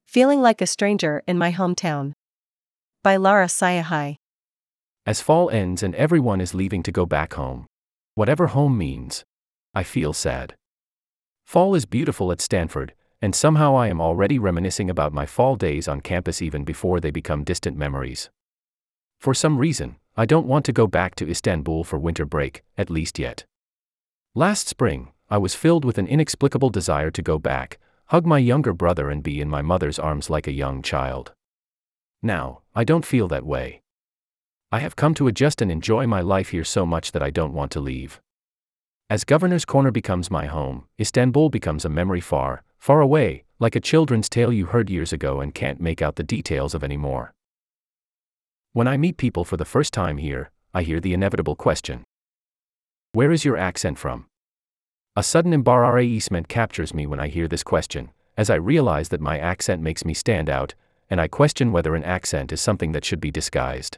Feeling like a stranger in my hometown. By Lara Sayahai. As fall ends and everyone is leaving to go back home, whatever home means, I feel sad. Fall is beautiful at Stanford, and somehow I am already reminiscing about my fall days on campus even before they become distant memories. For some reason, I don't want to go back to Istanbul for winter break, at least yet. Last spring, I was filled with an inexplicable desire to go back, hug my younger brother and be in my mother's arms like a young child. Now, I don't feel that way. I have come to adjust and enjoy my life here so much that I don't want to leave. As Governor's Corner becomes my home, Istanbul becomes a memory far, far away, like a children's tale you heard years ago and can't make out the details of anymore. When I meet people for the first time here, I hear the inevitable question. Where is your accent from? A sudden embarrassment captures me when I hear this question, as I realize that my accent makes me stand out, and I question whether an accent is something that should be disguised.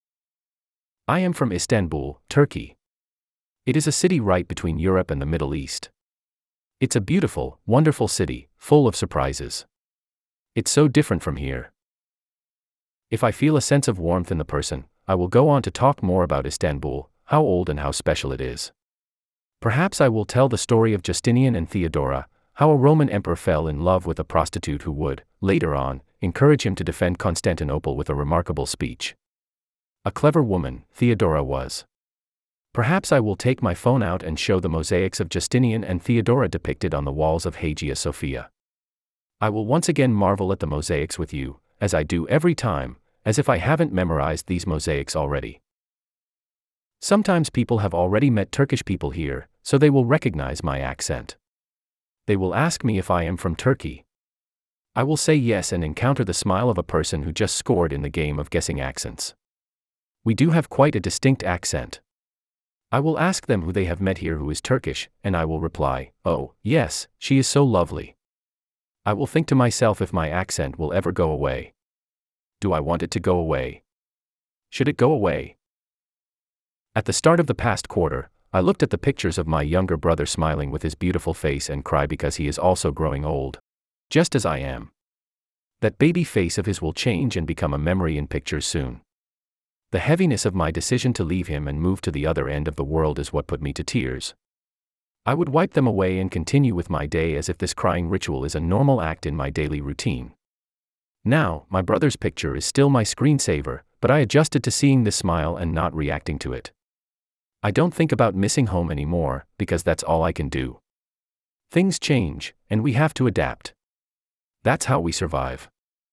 I am from Istanbul, Turkey. It is a city right between Europe and the Middle East. It's a beautiful, wonderful city, full of surprises. It's so different from here. If I feel a sense of warmth in the person, I will go on to talk more about Istanbul, how old and how special it is. Perhaps I will tell the story of Justinian and Theodora, how a Roman emperor fell in love with a prostitute who would, later on, encourage him to defend Constantinople with a remarkable speech. A clever woman, Theodora was. Perhaps I will take my phone out and show the mosaics of Justinian and Theodora depicted on the walls of Hagia Sophia. I will once again marvel at the mosaics with you, as I do every time, as if I haven't memorized these mosaics already. Sometimes people have already met Turkish people here, so they will recognize my accent. They will ask me if I am from Turkey. I will say yes and encounter the smile of a person who just scored in the game of guessing accents. We do have quite a distinct accent. I will ask them who they have met here who is Turkish, and I will reply, "Oh, yes, she is so lovely." I will think to myself if my accent will ever go away. Do I want it to go away? Should it go away? At the start of the past quarter, I looked at the pictures of my younger brother smiling with his beautiful face and cry because he is also growing old. Just as I am. That baby face of his will change and become a memory in pictures soon. The heaviness of my decision to leave him and move to the other end of the world is what put me to tears. I would wipe them away and continue with my day as if this crying ritual is a normal act in my daily routine. Now, my brother's picture is still my screensaver, but I adjusted to seeing this smile and not reacting to it. I don't think about missing home anymore, because that's all I can do. Things change, and we have to adapt. That's how we survive.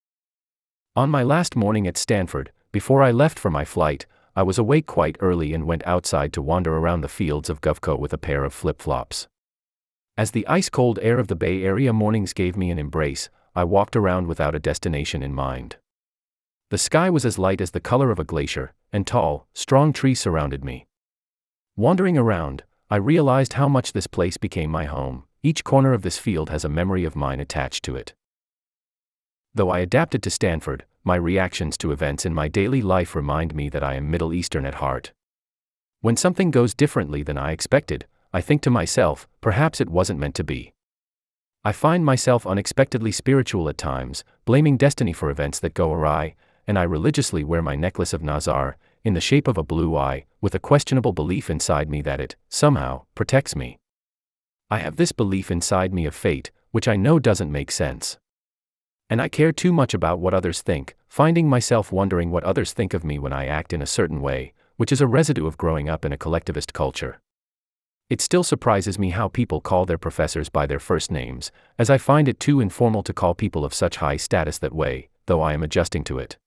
On my last morning at Stanford, before I left for my flight, I was awake quite early and went outside to wander around the fields of Govco with a pair of flip-flops. As the ice-cold air of the Bay Area mornings gave me an embrace, I walked around without a destination in mind. The sky was as light as the color of a glacier, and tall, strong trees surrounded me. Wandering around, I realized how much this place became my home. Each corner of this field has a memory of mine attached to it. Though I adapted to Stanford, my reactions to events in my daily life remind me that I am Middle Eastern at heart. When something goes differently than I expected, I think to myself, perhaps it wasn't meant to be. I find myself unexpectedly spiritual at times, blaming destiny for events that go awry, and I religiously wear my necklace of Nazar, in the shape of a blue eye, with a questionable belief inside me that it, somehow, protects me. I have this belief inside me of fate, which I know doesn't make sense. And I care too much about what others think, finding myself wondering what others think of me when I act in a certain way, which is a residue of growing up in a collectivist culture. It still surprises me how people call their professors by their first names, as I find it too informal to call people of such high status that way, though I am adjusting to it.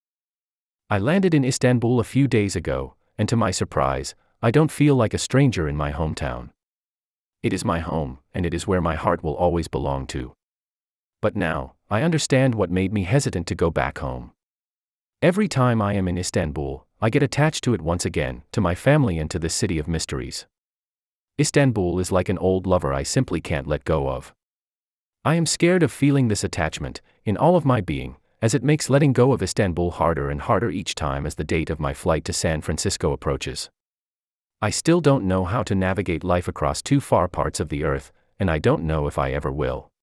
I landed in Istanbul a few days ago, and to my surprise, I don't feel like a stranger in my hometown. It is my home, and it is where my heart will always belong to. But now, I understand what made me hesitant to go back home. Every time I am in Istanbul, I get attached to it once again, to my family and to this city of mysteries. Istanbul is like an old lover I simply can't let go of. I am scared of feeling this attachment, in all of my being, as it makes letting go of Istanbul harder and harder each time as the date of my flight to San Francisco approaches. I still don't know how to navigate life across two far parts of the earth, and I don't know if I ever will.